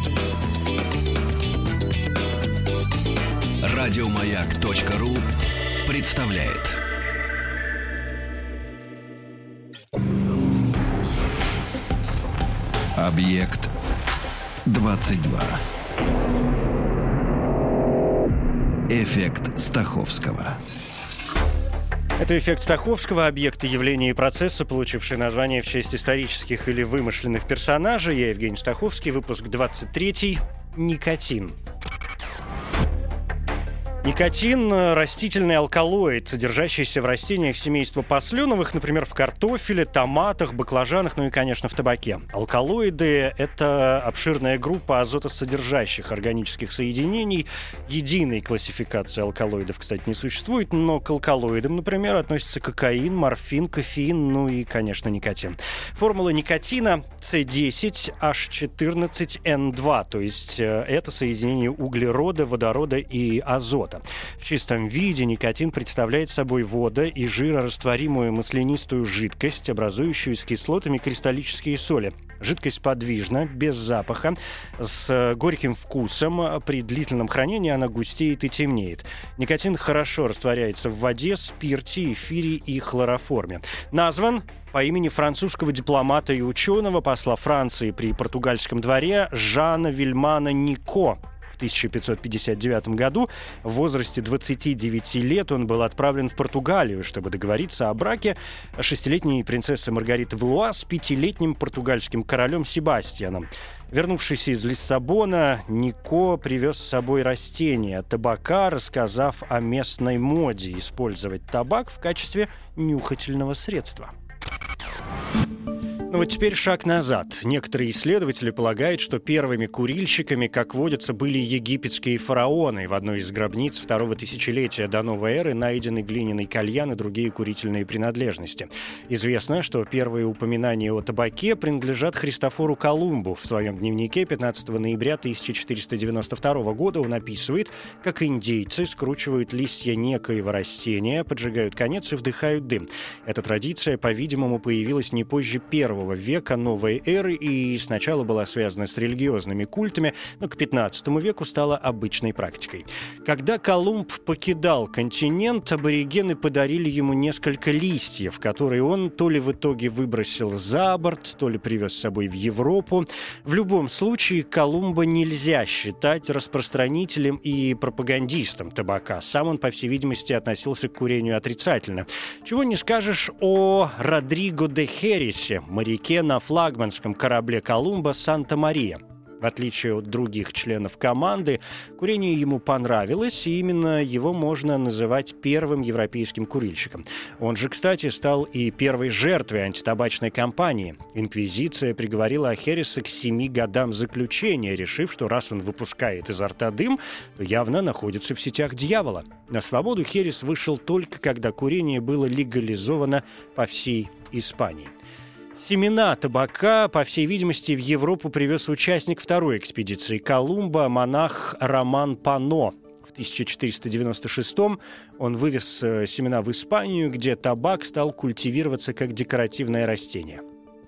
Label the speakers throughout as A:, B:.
A: Радиомаяк.ру представляет. Объект 22. Эффект Стаховского.
B: Это эффект Стаховского, объекты явления и процесса, получившие название в честь исторических или вымышленных персонажей. Я Евгений Стаховский, выпуск 23. Никотин. Никотин – растительный алкалоид, содержащийся в растениях семейства посленовых, например, в картофеле, томатах, баклажанах, ну и, конечно, в табаке. Алкалоиды – это обширная группа азотосодержащих органических соединений. Единой классификации алкалоидов, кстати, не существует, но к алкалоидам, например, относятся кокаин, морфин, кофеин, ну и, конечно, никотин. Формула никотина – C10H14N2, то есть это соединение углерода, водорода и азота. В чистом виде никотин представляет собой водо- и жирорастворимую маслянистую жидкость, образующую с кислотами кристаллические соли. Жидкость подвижна, без запаха, с горьким вкусом. При длительном хранении она густеет и темнеет. Никотин хорошо растворяется в воде, спирте, эфире и хлороформе. Назван по имени французского дипломата и ученого, посла Франции при португальском дворе Жана Вильмана Нико. В 1559 году в возрасте 29 лет он был отправлен в Португалию, чтобы договориться о браке шестилетней принцессы Маргариты Валуа с пятилетним португальским королем Себастьяном. Вернувшись из Лиссабона, Нико привез с собой растения табака, рассказав о местной моде использовать табак в качестве нюхательного средства. Ну вот теперь шаг назад. Некоторые исследователи полагают, что первыми курильщиками, как водится, были египетские фараоны. В одной из гробниц второго тысячелетия до новой эры найдены глиняный кальян и другие курительные принадлежности. Известно, что первые упоминания о табаке принадлежат Христофору Колумбу. В своем дневнике 15 ноября 1492 года он описывает, как индейцы скручивают листья некоего растения, поджигают конец и вдыхают дым. Эта традиция, по-видимому, появилась не позже первого века новой эры и сначала была связана с религиозными культами, но к 15 веку стала обычной практикой. Когда Колумб покидал континент, аборигены подарили ему несколько листьев, которые он то ли в итоге выбросил за борт, то ли привез с собой в Европу. В любом случае, Колумба нельзя считать распространителем и пропагандистом табака. Сам он, по всей видимости, относился к курению отрицательно. Чего не скажешь о Родриго де Хересе, моряке на флагманском корабле Колумба «Санта-Мария». В отличие от других членов команды, курение ему понравилось, и именно его можно называть первым европейским курильщиком. Он же, кстати, стал и первой жертвой антитабачной кампании. Инквизиция приговорила Хереса к 7 годам заключения, решив, что раз он выпускает изо рта дым, то явно находится в сетях дьявола. На свободу Херес вышел только когда курение было легализовано по всей Испании. Семена табака, по всей видимости, в Европу привез участник второй экспедиции Колумба, монах Роман Пано. В 1496-м он вывез семена в Испанию, где табак стал культивироваться как декоративное растение.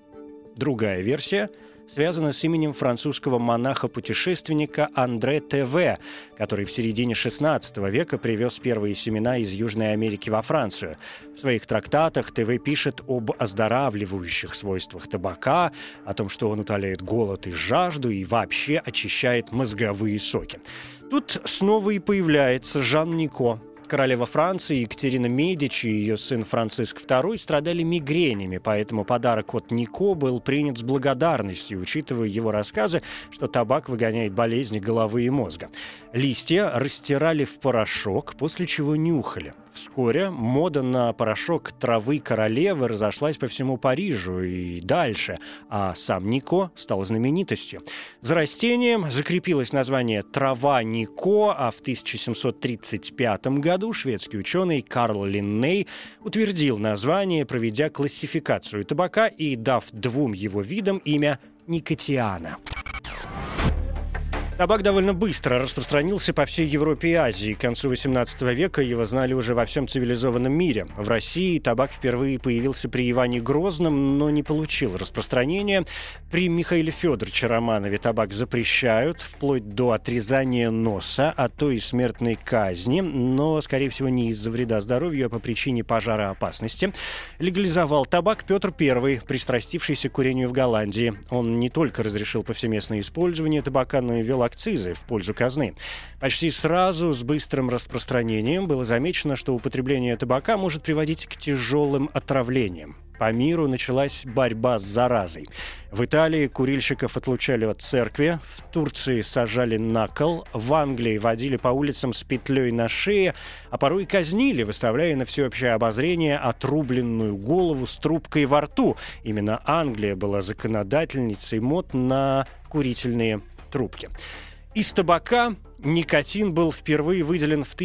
B: Другая версия связана с именем французского монаха-путешественника Андре Т.В., который в середине XVI века привез первые семена из Южной Америки во Францию. В своих трактатах Т.В. пишет об оздоравливающих свойствах табака, о том, что он утоляет голод и жажду и вообще очищает мозговые соки. Тут снова и появляется Жан Нико. Королева Франции Екатерина Медичи и ее сын Франциск II страдали мигренями, поэтому подарок от Нико был принят с благодарностью, учитывая его рассказы, что табак выгоняет болезни головы и мозга. Листья растирали в порошок, после чего нюхали. Вскоре мода на порошок травы королевы разошлась по всему Парижу и дальше, а сам Нико стал знаменитостью. За растением закрепилось название «трава Нико», а в 1735 году шведский ученый Карл Линней утвердил название, проведя классификацию табака и дав двум его видам имя никотиана. Табак довольно быстро распространился по всей Европе и Азии. К концу XVIII века его знали уже во всем цивилизованном мире. В России табак впервые появился при Иване Грозном, но не получил распространения. При Михаиле Федоровиче Романове табак запрещают, вплоть до отрезания носа, а то и смертной казни, но, скорее всего, не из-за вреда здоровью, а по причине пожароопасности. Легализовал табак Петр I, пристрастившийся к курению в Голландии. Он не только разрешил повсеместное использование табака, но и ввел акцизы в пользу казны. Почти сразу с быстрым распространением было замечено, что употребление табака может приводить к тяжелым отравлениям. По миру началась борьба с заразой. В Италии курильщиков отлучали от церкви, в Турции сажали на кол, в Англии водили по улицам с петлей на шее, а порой казнили, выставляя на всеобщее обозрение отрубленную голову с трубкой во рту. Именно Англия была законодательницей мод на курительные трубки. Из табака никотин был впервые выделен в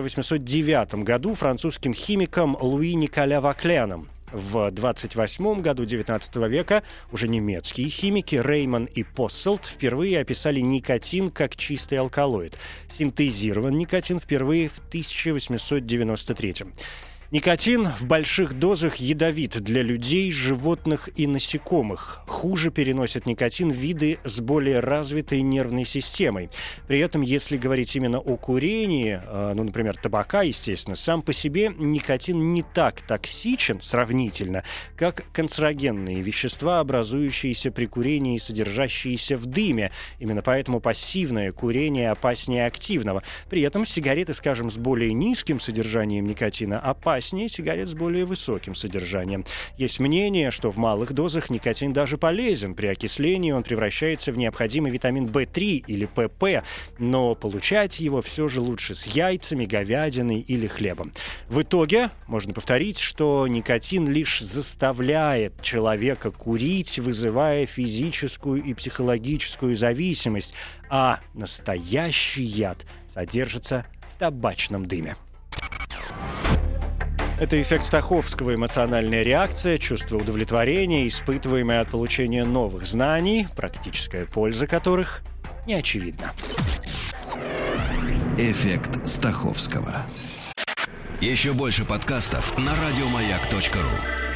B: 1809 году французским химиком Луи Николя Вакленом. В 28 году XIX века уже немецкие химики Рейман и Посселт впервые описали никотин как чистый алкалоид. Синтезирован никотин впервые в 1893. Никотин в больших дозах ядовит для людей, животных и насекомых. Хуже переносят никотин виды с более развитой нервной системой. При этом, если говорить именно о курении, например, табака, естественно, сам по себе никотин не так токсичен сравнительно, как канцерогенные вещества, образующиеся при курении и содержащиеся в дыме. Именно поэтому пассивное курение опаснее активного. При этом сигареты, скажем, с более низким содержанием никотина опаснее сигарет с более высоким содержанием. Есть мнение, что в малых дозах никотин даже полезен. При окислении он превращается в необходимый витамин В3 или ПП, но получать его все же лучше с яйцами, говядиной или хлебом. В итоге можно повторить, что никотин лишь заставляет человека курить, вызывая физическую и психологическую зависимость, а настоящий яд содержится в табачном дыме. Это эффект Стаховского, эмоциональная реакция, чувство удовлетворения, испытываемое от получения новых знаний, практическая польза которых не очевидна.
A: Эффект Стаховского. Еще больше подкастов на радиомаяк.ру.